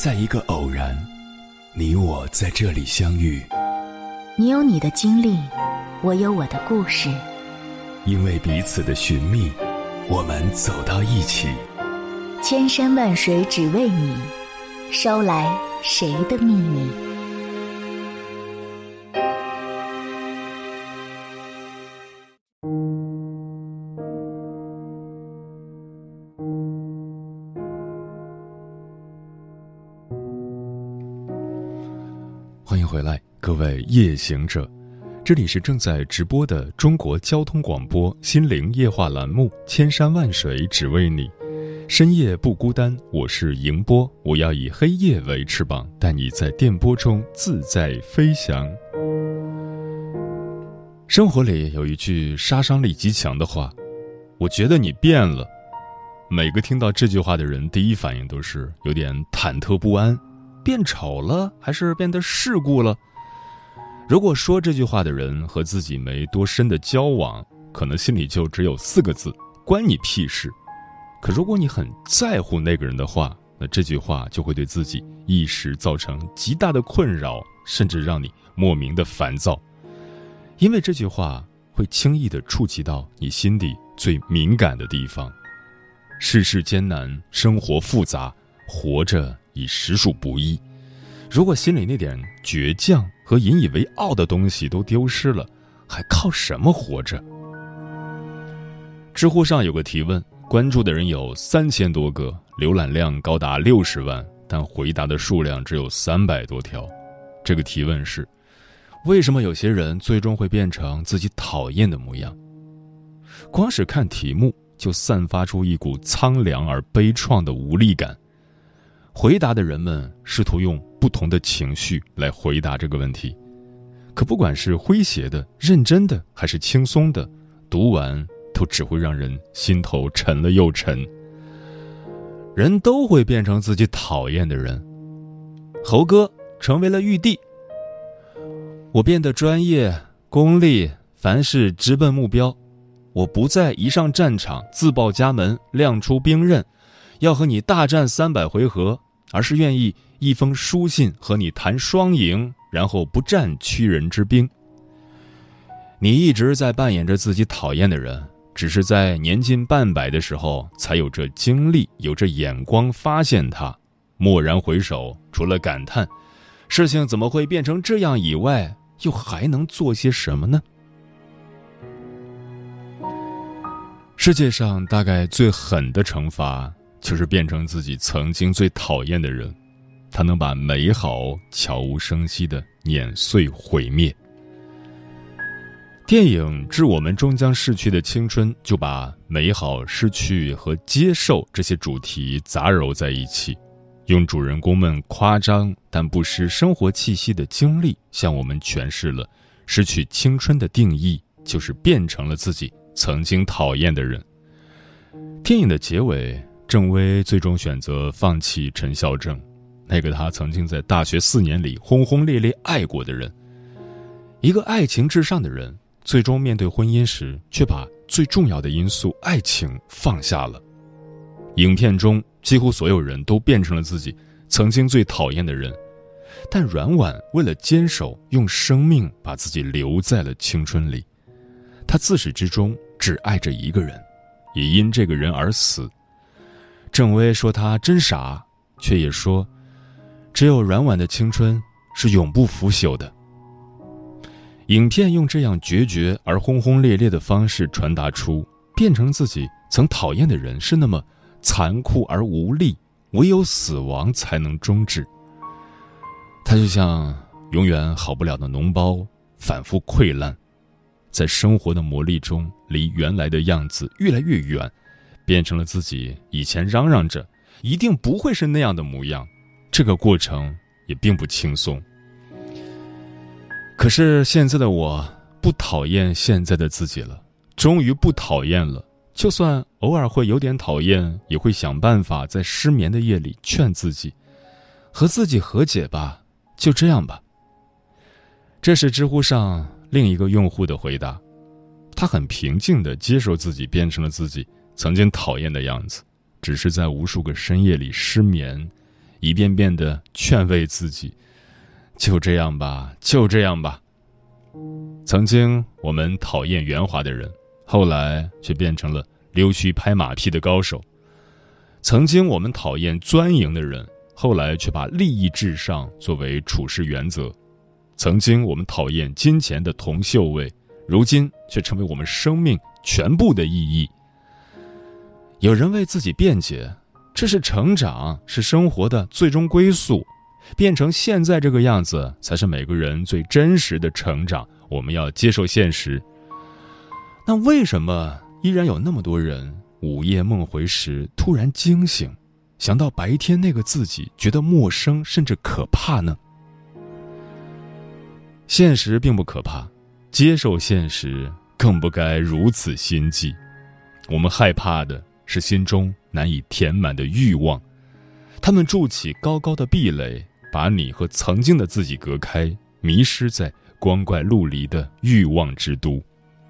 在一个偶然，你我在这里相遇。 你有你的经历，我有我的故事。 因为彼此的寻觅，我们走到一起。 千山万水只为你，捎来谁的秘密？ 欢迎回来，各位夜行者，这里是正在直播的中国交通广播心灵夜话栏目《千山万水只为你》，深夜不孤单，我是迎波，我要以黑夜为翅膀，带你在电波中自在飞翔。生活里有一句杀伤力极强的话，我觉得你变了。每个听到这句话的人，第一反应都是有点忐忑不安，变丑了还是变得世故了？如果说这句话的人和自己没多深的交往，可能心里就只有4个字：关你屁事。可如果你很在乎那个人的话，那这句话就会对自己一时造成极大的困扰，甚至让你莫名的烦躁。因为这句话会轻易地触及到你心底最敏感的地方。世事艰难，生活复杂，活着已实属不易。如果心里那点倔强和引以为傲的东西都丢失了，还靠什么活着？知乎上有个提问，关注的人有3000多个，浏览量高达60万，但回答的数量只有300多条。这个提问是：为什么有些人最终会变成自己讨厌的模样？光是看题目就散发出一股苍凉而悲怆的无力感。回答的人们试图用不同的情绪来回答这个问题，可不管是诙谐的、认真的还是轻松的，读完都只会让人心头沉了又沉。人都会变成自己讨厌的人。猴哥成为了玉帝。我变得专业、功利，凡事直奔目标。我不再一上战场自报家门，亮出兵刃，要和你大战300回合，而是愿意一封书信和你谈双赢，然后不战屈人之兵。你一直在扮演着自己讨厌的人，只是在年近半百的时候才有这精力，有这眼光发现他。蓦然回首，除了感叹事情怎么会变成这样以外，又还能做些什么呢？世界上大概最狠的惩罚，就是变成自己曾经最讨厌的人。它能把美好悄无声息地碾碎毁灭。电影《致我们终将逝去的青春》就把美好、失去和接受这些主题杂糅在一起，用主人公们夸张但不失生活气息的经历，向我们诠释了失去青春的定义，就是变成了自己曾经讨厌的人。电影的结尾，郑薇最终选择放弃陈孝正，那个他曾经在大学4年里轰轰烈烈爱过的人。一个爱情至上的人，最终面对婚姻时，却把最重要的因素爱情放下了。影片中几乎所有人都变成了自己曾经最讨厌的人，但阮婉为了坚守，用生命把自己留在了青春里。他自始至终只爱着一个人，也因这个人而死。郑薇说他真傻，却也说只有阮婉的青春是永不腐朽的。影片用这样决绝而轰轰烈烈的方式传达出，变成自己曾讨厌的人是那么残酷而无力，唯有死亡才能终止。它就像永远好不了的脓包，反复溃烂，在生活的磨砺中，离原来的样子越来越远，变成了自己以前嚷嚷着一定不会是那样的模样。这个过程也并不轻松。可是现在的我不讨厌现在的自己了，终于不讨厌了。就算偶尔会有点讨厌，也会想办法在失眠的夜里劝自己，和自己和解吧，就这样吧。这是知乎上另一个用户的回答，他很平静地接受自己变成了自己曾经讨厌的样子，只是在无数个深夜里失眠， 一遍遍地劝慰自己，就这样吧，就这样吧。曾经我们讨厌圆滑的人，后来却变成了溜须拍马屁的高手。曾经我们讨厌钻营的人，后来却把利益至上作为处事原则。曾经我们讨厌金钱的铜臭味，如今却成为我们生命全部的意义。有人为自己辩解，这是成长，是生活的最终归宿，变成现在这个样子才是每个人最真实的成长，我们要接受现实。那为什么依然有那么多人午夜梦回时突然惊醒，想到白天那个自己，觉得陌生甚至可怕呢？现实并不可怕，接受现实更不该如此心悸。我们害怕的是心中难以填满的欲望，他们筑起高高的壁垒，把你和曾经的自己隔开，迷失在光怪陆离的欲望之都。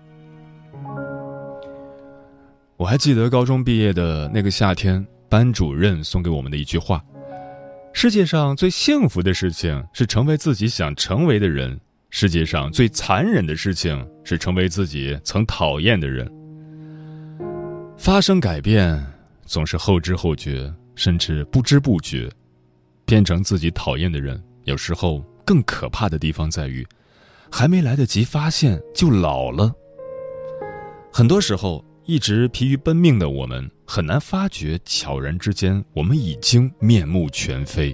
我还记得高中毕业的那个夏天，班主任送给我们的一句话：世界上最幸福的事情是成为自己想成为的人，世界上最残忍的事情是成为自己曾讨厌的人。发生改变总是后知后觉，甚至不知不觉。变成自己讨厌的人，有时候更可怕的地方在于，还没来得及发现就老了。很多时候一直疲于奔命的我们，很难发觉悄然之间我们已经面目全非。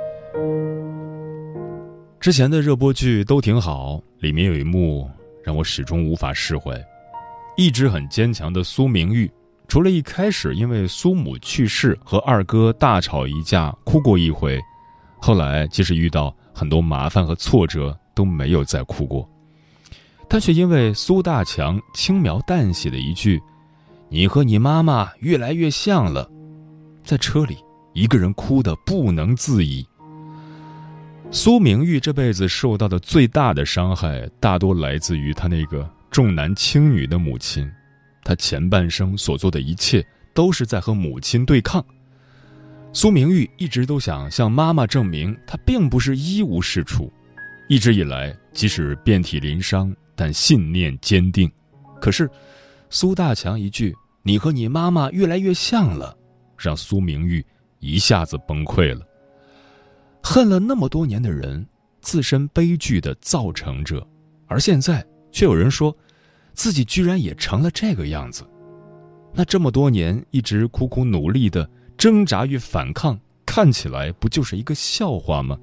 之前的热播剧都挺好，里面有一幕让我始终无法释怀。一直很坚强的苏明玉，除了一开始因为苏母去世和二哥大吵一架哭过一回，后来即使遇到很多麻烦和挫折都没有再哭过。但却因为苏大强轻描淡写的一句“你和你妈妈越来越像了”，在车里一个人哭得不能自已。苏明玉这辈子受到的最大的伤害，大多来自于她那个重男轻女的母亲。她前半生所做的一切都是在和母亲对抗。苏明玉一直都想向妈妈证明她并不是一无是处，一直以来即使遍体鳞伤，但信念坚定。可是苏大强一句“你和你妈妈越来越像了”，让苏明玉一下子崩溃了。恨了那么多年的人，自身悲剧的造成者，而现在却有人说自己居然也成了这个样子。那这么多年一直苦苦努力的挣扎与反抗，看起来不就是一个笑话吗？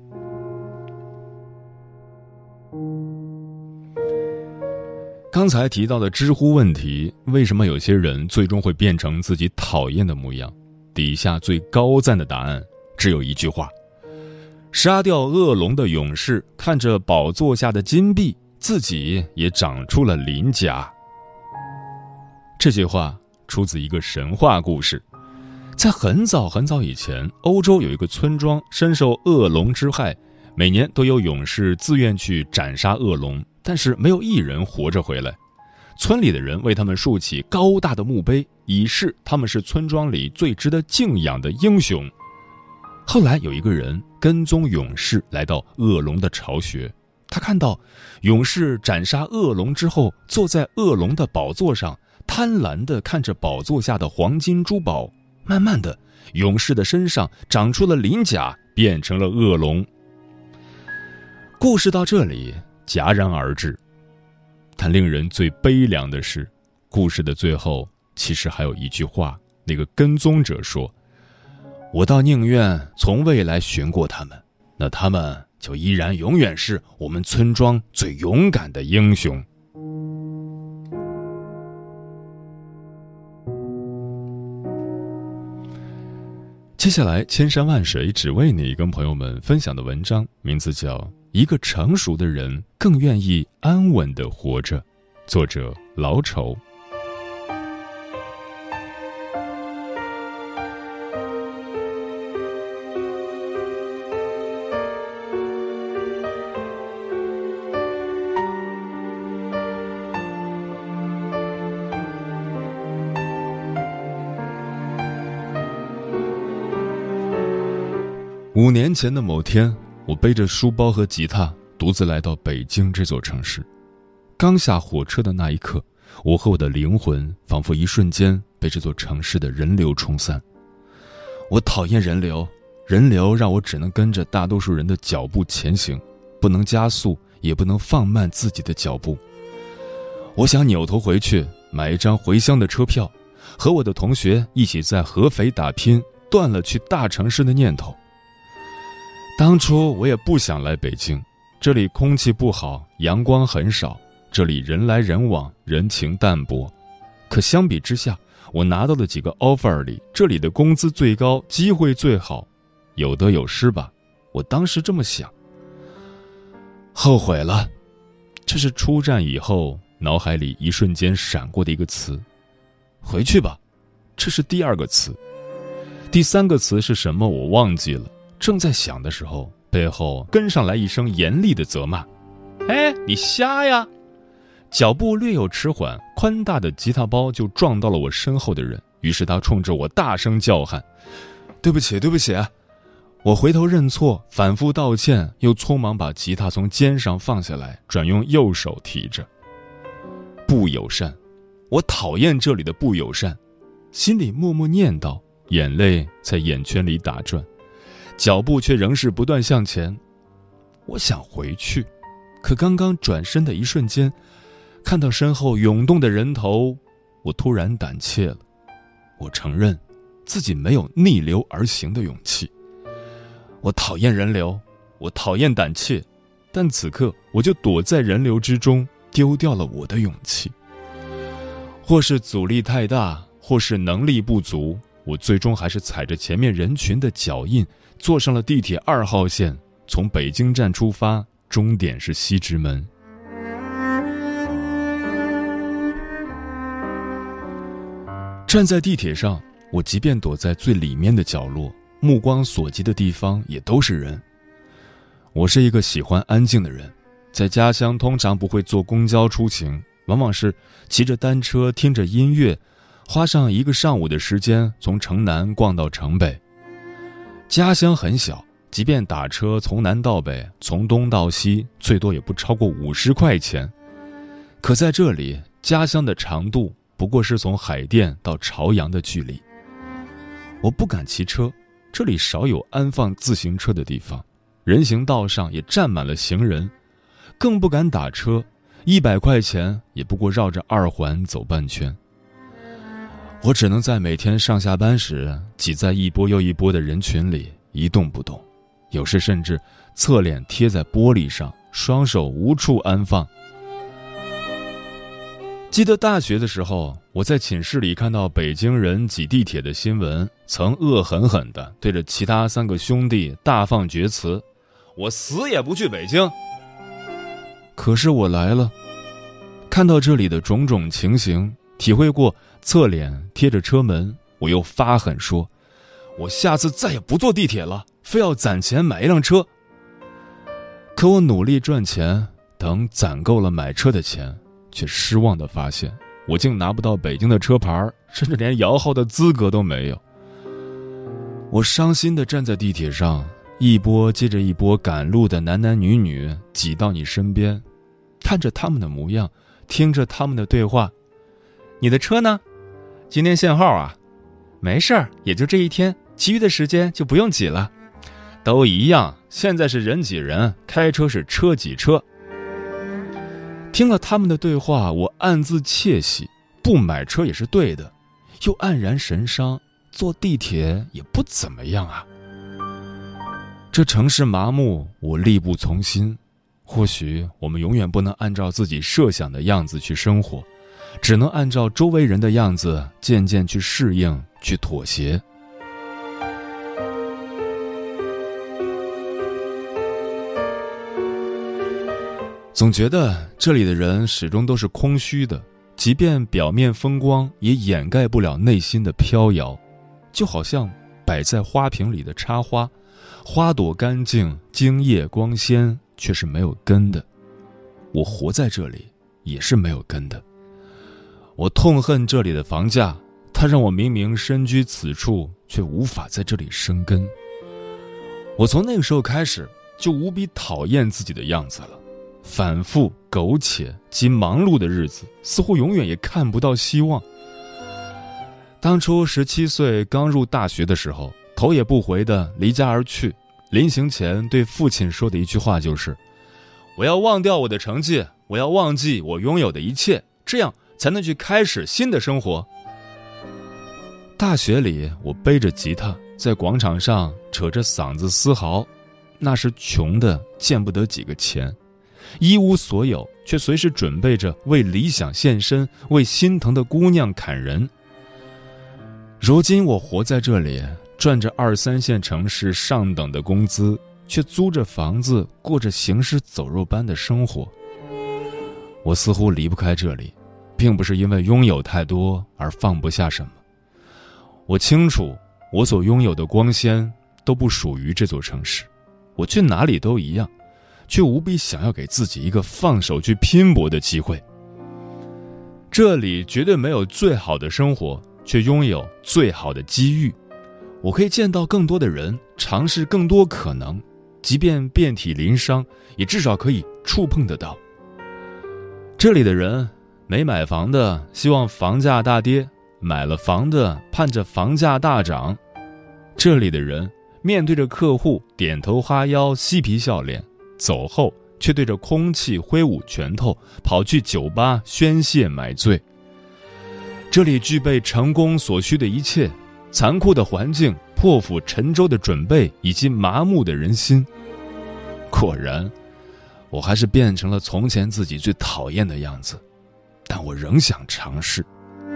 刚才提到的知乎问题，为什么有些人最终会变成自己讨厌的模样？底下最高赞的答案只有一句话：杀掉恶龙的勇士看着宝座下的金币，自己也长出了鳞甲。这句话出自一个神话故事。在很早很早以前，欧洲有一个村庄深受恶龙之害，每年都有勇士自愿去斩杀恶龙，但是没有一人活着回来。村里的人为他们竖起高大的墓碑，以示他们是村庄里最值得敬仰的英雄。后来有一个人跟踪勇士来到恶龙的巢穴，他看到勇士斩杀恶龙之后，坐在恶龙的宝座上，贪婪地看着宝座下的黄金珠宝。慢慢的，勇士的身上长出了鳞甲，变成了恶龙。故事到这里戛然而止，但令人最悲凉的是，故事的最后其实还有一句话，那个跟踪者说：我倒宁愿从未来寻过他们，那他们就依然永远是我们村庄最勇敢的英雄。接下来千山万水只为你跟朋友们分享的文章名字叫《一个成熟的人更愿意安稳地活着》，作者老丑。 5年前的某天，我背着书包和吉他，独自来到北京这座城市。刚下火车的那一刻，我和我的灵魂仿佛一瞬间被这座城市的人流冲散。我讨厌人流，人流让我只能跟着大多数人的脚步前行，不能加速，也不能放慢自己的脚步。我想扭头回去，买一张回乡的车票，和我的同学一起在合肥打拼，断了去大城市的念头。当初我也不想来北京，这里空气不好，阳光很少，这里人来人往，人情淡薄。可相比之下，我拿到的几个 offer 里，这里的工资最高，机会最好，有得有失吧，我当时这么想。后悔了，这是出站以后脑海里一瞬间闪过的一个词。回去吧，这是第2个词。第3个词是什么我忘记了，正在想的时候，背后跟上来一声严厉的责骂：哎，你瞎呀！脚步略有迟缓，宽大的吉他包就撞到了我身后的人，于是他冲着我大声叫喊：对不起，对不起！我回头认错，反复道歉，又匆忙把吉他从肩上放下来，转用右手提着。不友善，我讨厌这里的不友善，心里默默念叨，眼泪在眼圈里打转，脚步却仍是不断向前。我想回去，可刚刚转身的一瞬间，看到身后涌动的人头，我突然胆怯了。我承认自己没有逆流而行的勇气。我讨厌人流，我讨厌胆怯，但此刻我就躲在人流之中，丢掉了我的勇气。或是阻力太大，或是能力不足，我最终还是踩着前面人群的脚印，坐上了地铁2号线，从北京站出发，终点是西直门。站在地铁上，我即便躲在最里面的角落，目光所及的地方也都是人。我是一个喜欢安静的人，在家乡通常不会坐公交出行，往往是骑着单车听着音乐，花上1个上午的时间从城南逛到城北。家乡很小，即便打车从南到北，从东到西，最多也不超过50块钱。可在这里，家乡的长度不过是从海淀到朝阳的距离。我不敢骑车，这里少有安放自行车的地方，人行道上也站满了行人，更不敢打车，100块钱也不过绕着2环走半圈。我只能在每天上下班时挤在一波又一波的人群里一动不动，有时甚至侧脸贴在玻璃上，双手无处安放。记得大学的时候，我在寝室里看到北京人挤地铁的新闻，曾恶狠狠地对着其他3个兄弟大放厥词：我死也不去北京。可是我来了，看到这里的种种情形，体会过侧脸贴着车门，我又发狠说：我下次再也不坐地铁了，非要攒钱买一辆车。可我努力赚钱，等攒够了买车的钱，却失望地发现，我竟拿不到北京的车牌，甚至连摇号的资格都没有。我伤心地站在地铁上，一波接着一波赶路的男男女女挤到你身边，看着他们的模样，听着他们的对话：你的车呢？今天限号啊？没事儿，也就这一天，其余的时间就不用挤了。都一样，现在是人挤人，开车是车挤车。听了他们的对话，我暗自窃喜，不买车也是对的，又黯然神伤，坐地铁也不怎么样啊。这城市麻木，我力不从心。或许我们永远不能按照自己设想的样子去生活，只能按照周围人的样子渐渐去适应，去妥协。总觉得这里的人始终都是空虚的，即便表面风光，也掩盖不了内心的飘摇。就好像摆在花瓶里的插花，花朵干净，茎叶光鲜，却是没有根的。我活在这里，也是没有根的。我痛恨这里的房价，它让我明明身居此处，却无法在这里生根。 我从那个时候开始就无比讨厌自己的样子了，反复苟且及忙碌的日子似乎永远也看不到希望。当初17岁刚入大学的时候，头也不回地离家而去，临行前对父亲说的一句话就是：我要忘掉我的成绩，我要忘记我拥有的一切，这样才能去开始新的生活。大学里，我背着吉他在广场上扯着嗓子嘶嚎，那时穷的见不得几个钱，一无所有，却随时准备着为理想献身，为心疼的姑娘砍人。如今我活在这里，赚着2、3线城市上等的工资，却租着房子，过着行尸走肉般的生活。我似乎离不开这里，并不是因为拥有太多而放不下什么。我清楚，我所拥有的光鲜都不属于这座城市，我去哪里都一样，却无比想要给自己一个放手去拼搏的机会。这里绝对没有最好的生活，却拥有最好的机遇。我可以见到更多的人，尝试更多可能，即便遍体鳞伤，也至少可以触碰得到。这里的人，没买房的希望房价大跌，买了房的盼着房价大涨。这里的人面对着客户点头哈腰嬉皮笑脸，走后却对着空气挥舞拳头，跑去酒吧宣泄买醉。这里具备成功所需的一切，残酷的环境，破釜沉舟的准备，以及麻木的人心。果然，我还是变成了从前自己最讨厌的样子，但我仍想尝试。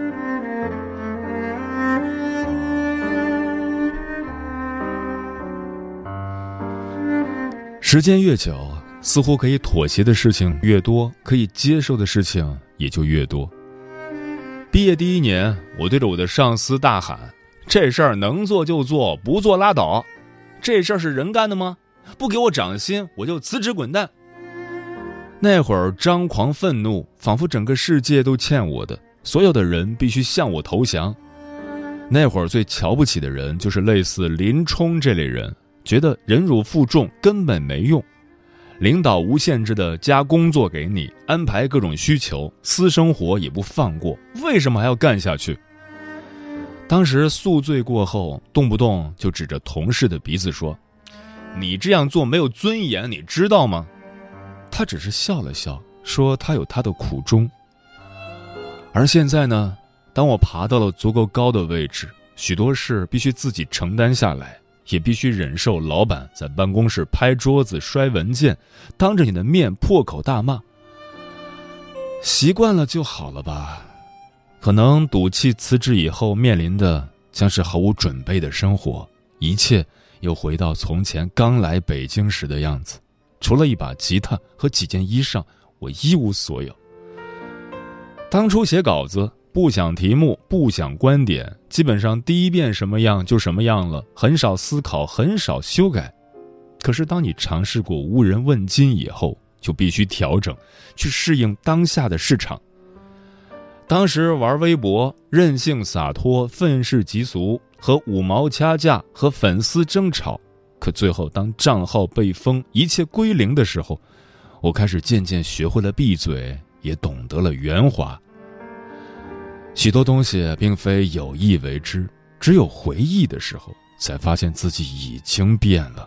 时间越久，似乎可以妥协的事情越多，可以接受的事情也就越多。毕业第1年，我对着我的上司大喊：这事儿能做就做，不做拉倒。这事儿是人干的吗？不给我涨薪，我就辞职滚蛋。那会儿张狂愤怒，仿佛整个世界都欠我的，所有的人必须向我投降。那会儿最瞧不起的人就是类似林冲这类人，觉得忍辱负重根本没用。领导无限制的加工作给你，安排各种需求，私生活也不放过，为什么还要干下去？当时宿醉过后，动不动就指着同事的鼻子说：你这样做没有尊严，你知道吗？他只是笑了笑，说他有他的苦衷。而现在呢，当我爬到了足够高的位置，许多事必须自己承担下来，也必须忍受老板在办公室拍桌子摔文件，当着你的面破口大骂。习惯了就好了吧。可能赌气辞职以后面临的将是毫无准备的生活，一切又回到从前刚来北京时的样子，除了一把吉他和几件衣裳，我一无所有。当初写稿子，不想题目，不想观点，基本上第一遍什么样就什么样了，很少思考，很少修改。可是当你尝试过无人问津以后，就必须调整，去适应当下的市场。当时玩微博，任性洒脱，愤世嫉俗，和5毛掐架，和粉丝争吵。可最后当账号被封，一切归零的时候，我开始渐渐学会了闭嘴，也懂得了圆滑。许多东西并非有意为之，只有回忆的时候，才发现自己已经变了。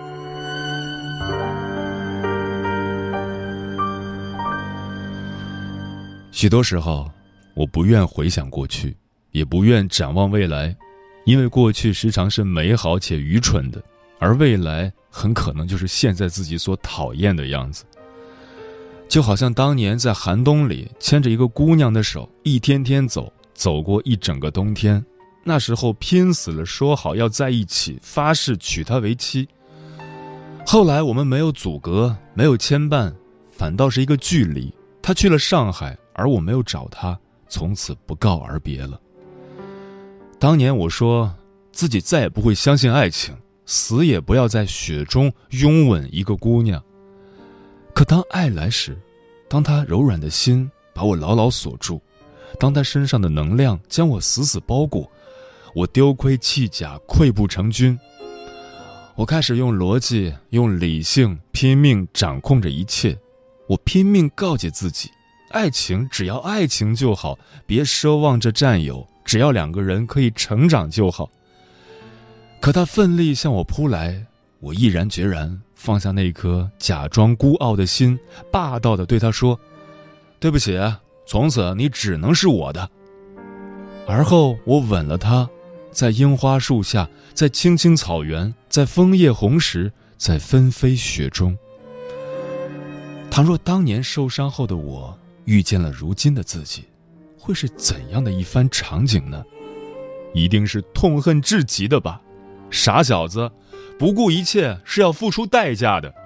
许多时候，我不愿回想过去，也不愿展望未来，因为过去时常是美好且愚蠢的，而未来很可能就是现在自己所讨厌的样子。就好像当年在寒冬里牵着一个姑娘的手，一天天走，走过一整个冬天。那时候拼死了说好要在一起，发誓娶她为妻。后来我们没有阻隔，没有牵绊，反倒是一个距离。她去了上海，而我没有找她，从此不告而别了。当年我说自己再也不会相信爱情，死也不要在雪中拥吻一个姑娘。可当爱来时，当他柔软的心把我牢牢锁住，当他身上的能量将我死死包裹，我丢盔弃甲，溃不成军。 我开始用逻辑、用理性拼命掌控着一切。我拼命告诫自己，爱情只要爱情就好，别奢望着占有，只要两个人可以成长就好。可他奋力向我扑来，我毅然决然放下那颗假装孤傲的心，霸道地对他说：对不起，从此你只能是我的。而后我吻了他，在樱花树下，在青青草原，在枫叶红时，在纷飞雪中。倘若当年受伤后的我遇见了如今的自己，会是怎样的一番场景呢？一定是痛恨至极的吧。傻小子，不顾一切是要付出代价的。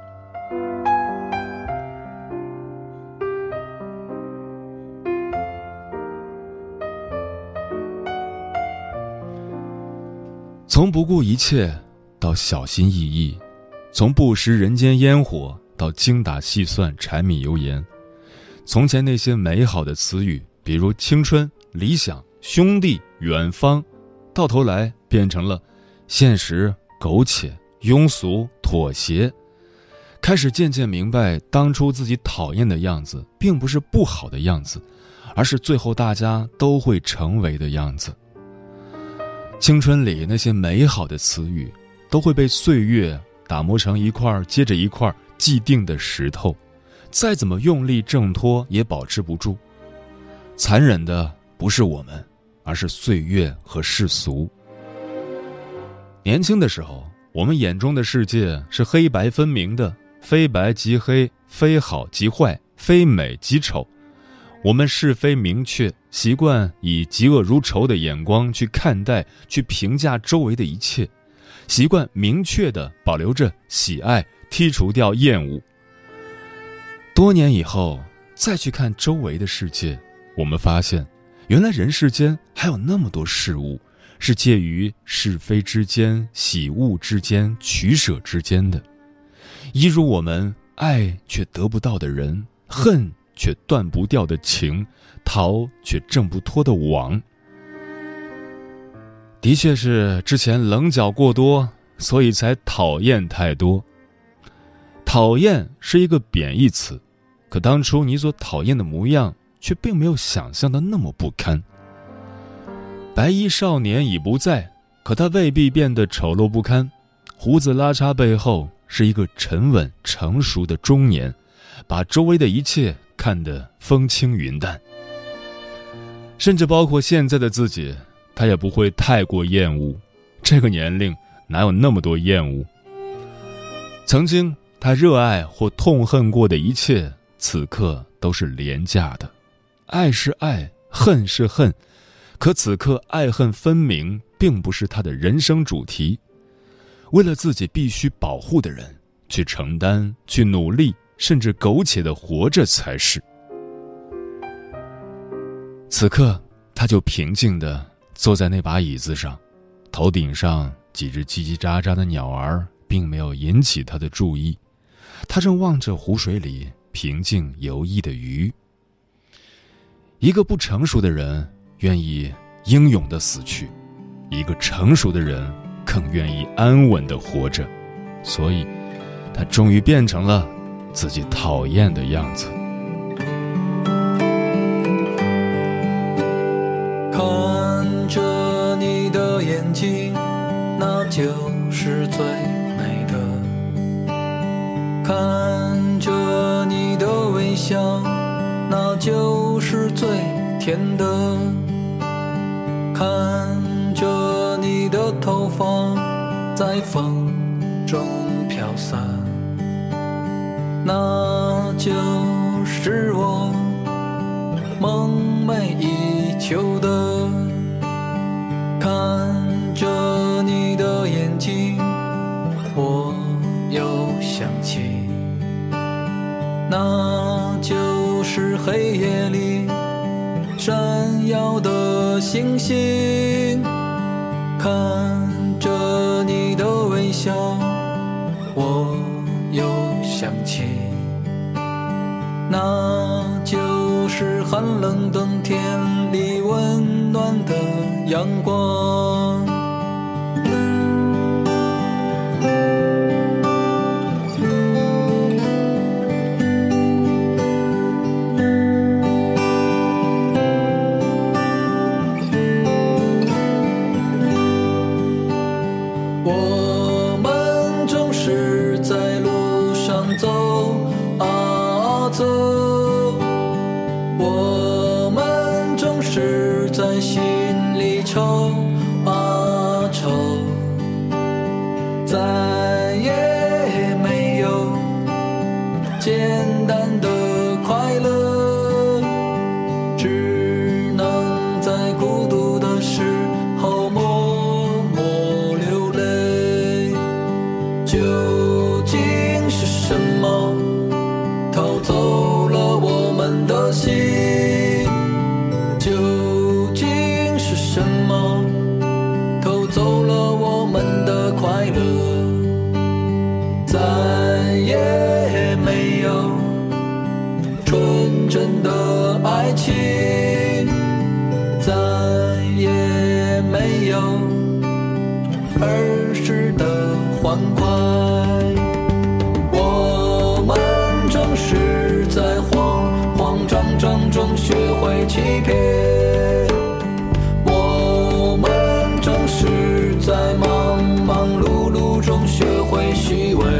从不顾一切到小心翼翼，从不食人间烟火到精打细算柴米油盐。从前那些美好的词语，比如青春、理想、兄弟、远方，到头来变成了现实、苟且、庸俗、妥协。开始渐渐明白，当初自己讨厌的样子并不是不好的样子，而是最后大家都会成为的样子。青春里那些美好的词语，都会被岁月打磨成一块接着一块既定的石头，再怎么用力挣脱也保持不住。残忍的不是我们，而是岁月和世俗。年轻的时候，我们眼中的世界是黑白分明的，非白即黑，非好即坏，非美即丑。我们是非明确，习惯以嫉恶如仇的眼光去看待、去评价周围的一切，习惯明确地保留着喜爱，剔除掉厌恶。多年以后，再去看周围的世界，我们发现，原来人世间还有那么多事物，是介于是非之间、喜恶之间、取舍之间的。一如我们爱却得不到的人，恨却断不掉的情，逃却挣不脱的网。的确是之前棱角过多，所以才讨厌太多。讨厌是一个贬义词，可当初你所讨厌的模样却并没有想象的那么不堪。白衣少年已不在，可他未必变得丑陋不堪。胡子拉碴背后是一个沉稳成熟的中年，把周围的一切看得风轻云淡。甚至包括现在的自己，他也不会太过厌恶。这个年龄哪有那么多厌恶？曾经他热爱或痛恨过的一切，此刻都是廉价的。爱是爱，恨是恨，可此刻爱恨分明并不是他的人生主题。为了自己必须保护的人，去承担，去努力，甚至苟且地活着才是。此刻他就平静地坐在那把椅子上，头顶上几只叽叽喳喳的鸟儿并没有引起他的注意，他正望着湖水里平静游弋的鱼。一个不成熟的人愿意英勇地死去，一个成熟的人更愿意安稳地活着，所以他终于变成了自己讨厌的样子。 看着你的眼睛，那就是最美的；看着你的微笑，那就是最甜的；看着你的头发在风中飘散，那就是我梦寐以求的。看着你的眼睛，我又想起，那就是黑夜里闪耀的星星。看着你的微笑，我又想起，那就是寒冷冬天里温暖的阳光。 我们总是在路上走啊走，我们总是在心里愁啊愁，再也没有简单的快乐，只能在孤独的时候默默流泪。究竟是什么偷走了我们的心？究竟是什么偷走了我们的快乐？再也没有纯真的爱情，再也没有儿时的欢快。我们总是在慌慌张张中学会欺骗，我们总是在忙忙碌碌中学会虚伪，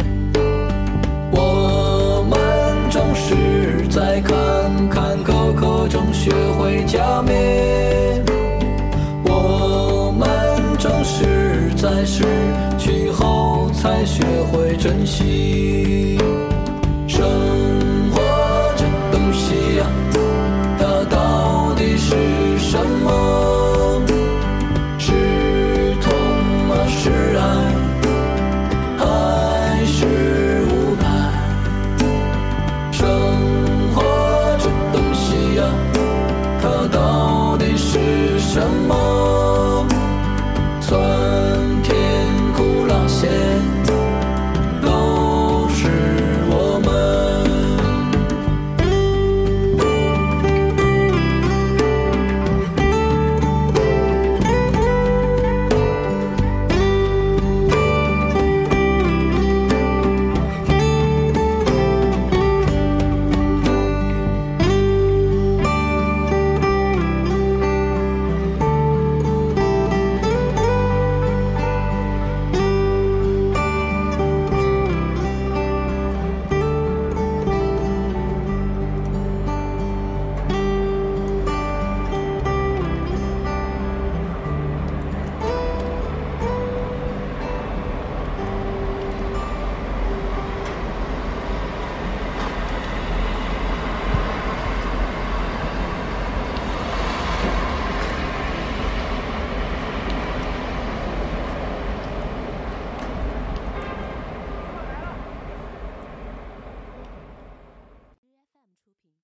我们总是在坎坎坷坷中学会假面，我们总是在失去后才学会珍惜。生